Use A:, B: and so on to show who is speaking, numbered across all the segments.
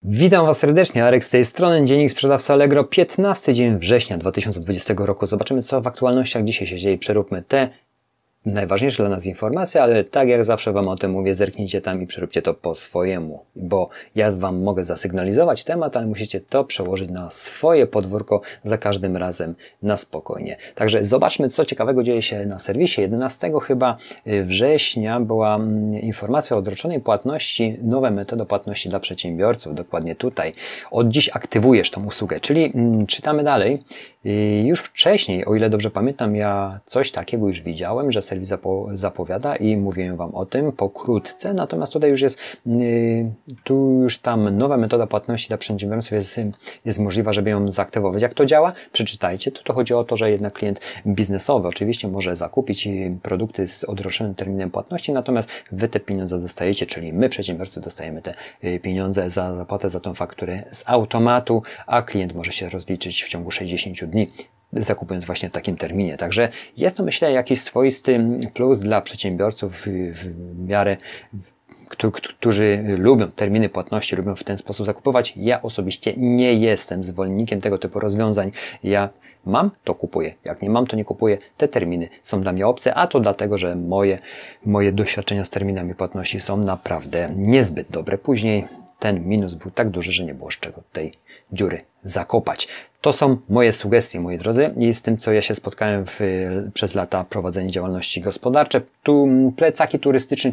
A: Witam Was serdecznie, Arek z tej strony, Dziennik Sprzedawca Allegro, 15 dzień września 2020 roku. Zobaczymy, co w aktualnościach dzisiaj się dzieje. Przeróbmy te najważniejsze dla nas informacje, ale tak jak zawsze Wam o tym mówię, zerknijcie tam i przeróbcie to po swojemu, bo ja Wam mogę zasygnalizować temat, ale musicie to przełożyć na swoje podwórko za każdym razem na spokojnie. Także zobaczmy, co ciekawego dzieje się na serwisie. 11 chyba września była informacja o odroczonej płatności, nowa metoda płatności dla przedsiębiorców, dokładnie tutaj. Od dziś aktywujesz tą usługę, czyli czytamy dalej. Już wcześniej, o ile dobrze pamiętam, ja coś takiego już widziałem, że serwis zapowiada i mówiłem Wam o tym pokrótce, natomiast tutaj już jest, tu już tam nowa metoda płatności dla przedsiębiorców jest możliwa, żeby ją zaaktywować. Jak to działa? Przeczytajcie. To chodzi o to, że jednak klient biznesowy oczywiście może zakupić produkty z odroczonym terminem płatności, natomiast Wy te pieniądze dostajecie, czyli my przedsiębiorcy dostajemy te pieniądze za zapłatę za tą fakturę z automatu, a klient może się rozliczyć w ciągu 60 dni. Zakupując właśnie w takim terminie. Także jest to, myślę, jakiś swoisty plus dla przedsiębiorców w miarę, którzy lubią terminy płatności, lubią w ten sposób zakupować. Ja osobiście nie jestem zwolennikiem tego typu rozwiązań. Ja mam, to kupuję. Jak nie mam, to nie kupuję. Te terminy są dla mnie obce, a to dlatego, że moje doświadczenia z terminami płatności są naprawdę niezbyt dobre. Później ten minus był tak duży, że nie było z czego tej dziury zakopać. To są moje sugestie, moi drodzy, i z tym, co ja się spotkałem przez lata prowadzenia działalności gospodarczej. Tu plecaki turystyczne,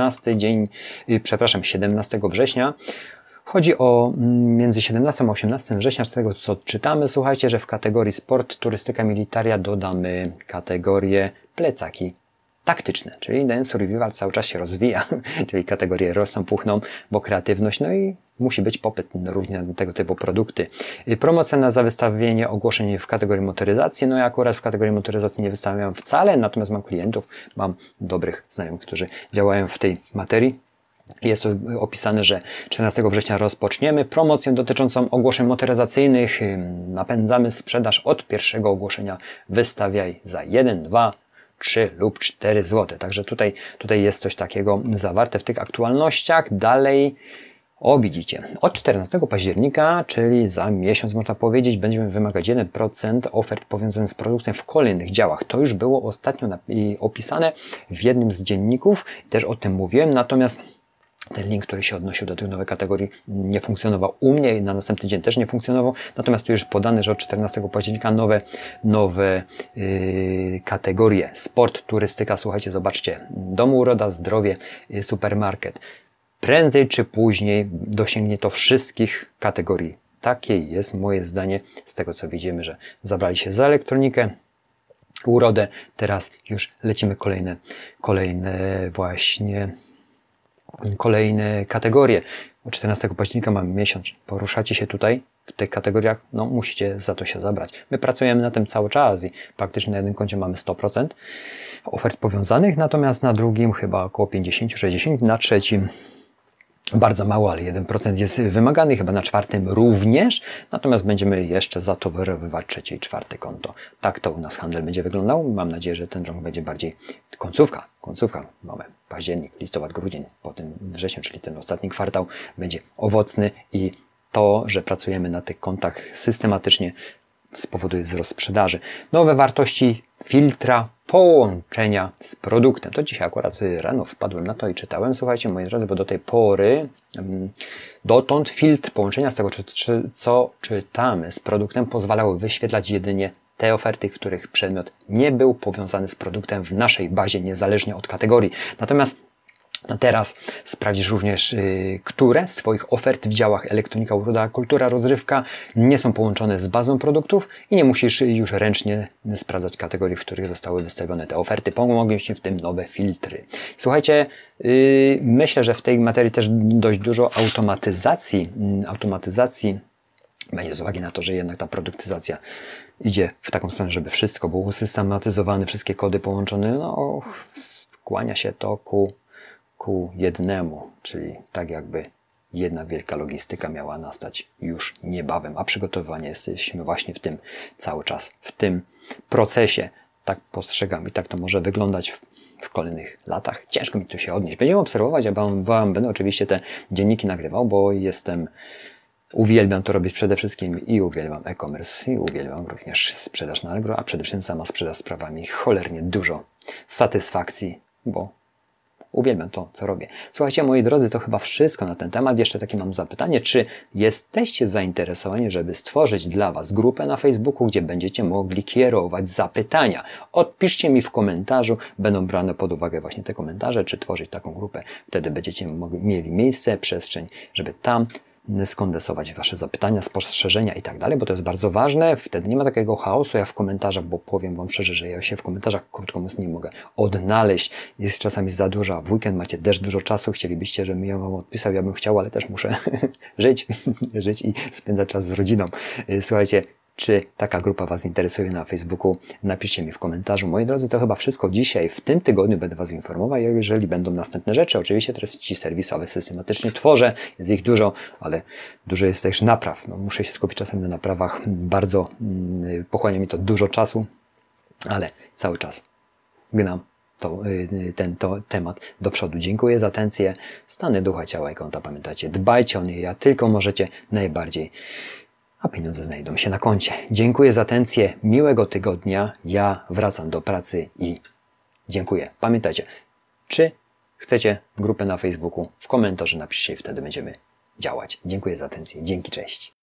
A: 17 września. Chodzi o między 17 a 18 września, z tego co czytamy. Słuchajcie, że w kategorii sport, turystyka, militaria dodamy kategorię plecaki taktyczne, czyli ten survival cały czas się rozwija, czyli kategorie rosną, puchną, bo kreatywność, no i musi być popyt również na tego typu produkty. Promocja za wystawienie ogłoszeń w kategorii motoryzacji, no ja akurat w kategorii motoryzacji nie wystawiam wcale, natomiast mam klientów, mam dobrych znajomych, którzy działają w tej materii. Jest tu opisane, że 14 września rozpoczniemy promocję dotyczącą ogłoszeń motoryzacyjnych, napędzamy sprzedaż od pierwszego ogłoszenia, wystawiaj za 1, 2, 3 lub 4 zł. Także tutaj jest coś takiego zawarte w tych aktualnościach. Dalej, widzicie, od 14 października, czyli za miesiąc można powiedzieć, będziemy wymagać 1% ofert powiązanych z produktem w kolejnych działach. To już było ostatnio opisane w jednym z dzienników, też o tym mówiłem, natomiast ten link, który się odnosił do tych nowych kategorii, nie funkcjonował u mnie i na następny dzień też nie funkcjonował. Natomiast tu już podane, że od 14 października nowe kategorie. Sport, turystyka, słuchajcie, zobaczcie. Dom, uroda, zdrowie, supermarket. Prędzej czy później dosięgnie to wszystkich kategorii. Takie jest moje zdanie z tego, co widzimy, że zabrali się za elektronikę, urodę. Teraz już lecimy kolejne kategorie. Od 14 października mamy miesiąc. Poruszacie się tutaj w tych kategoriach, no musicie za to się zabrać. My pracujemy na tym cały czas i praktycznie na jednym koncie mamy 100% ofert powiązanych, natomiast na drugim chyba około 50-60%, na trzecim bardzo mało, ale 1% jest wymagany, chyba na czwartym również, natomiast będziemy jeszcze za to wyrobywać trzecie i czwarte konto. Tak to u nas handel będzie wyglądał. Mam nadzieję, że ten rok będzie bardziej końcówka. Mamy październik, listopad, grudzień, po tym wrześniu, czyli ten ostatni kwartał będzie owocny i to, że pracujemy na tych kontach systematycznie, spowoduje wzrost sprzedaży. Nowe wartości filtra połączenia z produktem. To dzisiaj akurat rano wpadłem na to i czytałem. Słuchajcie, moi drodzy, bo do tej pory dotąd filtr połączenia z tego, co czytamy z produktem, pozwalał wyświetlać jedynie te oferty, w których przedmiot nie był powiązany z produktem w naszej bazie, niezależnie od kategorii. Natomiast teraz sprawdzisz również, które z Twoich ofert w działach elektronika, uroda, kultura, rozrywka nie są połączone z bazą produktów i nie musisz już ręcznie sprawdzać kategorii, w których zostały wystawione te oferty. Pomogą Ci w tym nowe filtry. Słuchajcie, myślę, że w tej materii też dość dużo automatyzacji będzie z uwagi na to, że jednak ta produktyzacja idzie w taką stronę, żeby wszystko było usystematyzowane, wszystkie kody połączone. No, skłania się to ku jednemu, czyli tak jakby jedna wielka logistyka miała nastać już niebawem, a przygotowanie jesteśmy właśnie w tym cały czas, w tym procesie. Tak postrzegam i tak to może wyglądać w kolejnych latach. Ciężko mi tu się odnieść. Będziemy obserwować, ja będę oczywiście te dzienniki nagrywał, bo jestem Uwielbiam to robić przede wszystkim i uwielbiam e-commerce i uwielbiam również sprzedaż na Allegro, a przede wszystkim sama sprzedaż sprawia mi cholernie dużo satysfakcji, bo uwielbiam to, co robię. Słuchajcie, moi drodzy, to chyba wszystko na ten temat. Jeszcze takie mam zapytanie, czy jesteście zainteresowani, żeby stworzyć dla Was grupę na Facebooku, gdzie będziecie mogli kierować zapytania? Odpiszcie mi w komentarzu, będą brane pod uwagę właśnie te komentarze, czy tworzyć taką grupę. Wtedy będziecie mieli miejsce, przestrzeń, żeby tam skondensować Wasze zapytania, spostrzeżenia i tak dalej, bo to jest bardzo ważne. Wtedy nie ma takiego chaosu jak w komentarzach, bo powiem Wam szczerze, że ja się w komentarzach, krótko mówiąc, nie mogę odnaleźć. Jest czasami za dużo, a w weekend macie też dużo czasu, chcielibyście, żebym ja Wam odpisał, ja bym chciał, ale też muszę żyć i spędzać czas z rodziną. Słuchajcie, czy taka grupa Was interesuje na Facebooku? Napiszcie mi w komentarzu. Moi drodzy, to chyba wszystko dzisiaj. W tym tygodniu będę Was informował, jeżeli będą następne rzeczy. Oczywiście treści serwisowe systematycznie tworzę. Jest ich dużo, ale dużo jest też napraw. No, muszę się skupić czasem na naprawach. Bardzo pochłania mi to dużo czasu, ale cały czas gnam ten temat do przodu. Dziękuję za atencję. Stany ducha, ciała i konta. Pamiętajcie, dbajcie o nie, jak tylko możecie, najbardziej. A pieniądze znajdą się na koncie. Dziękuję za atencję, miłego tygodnia. Ja wracam do pracy i dziękuję. Pamiętajcie, czy chcecie grupę na Facebooku? W komentarzu napiszcie i wtedy będziemy działać. Dziękuję za atencję. Dzięki, cześć.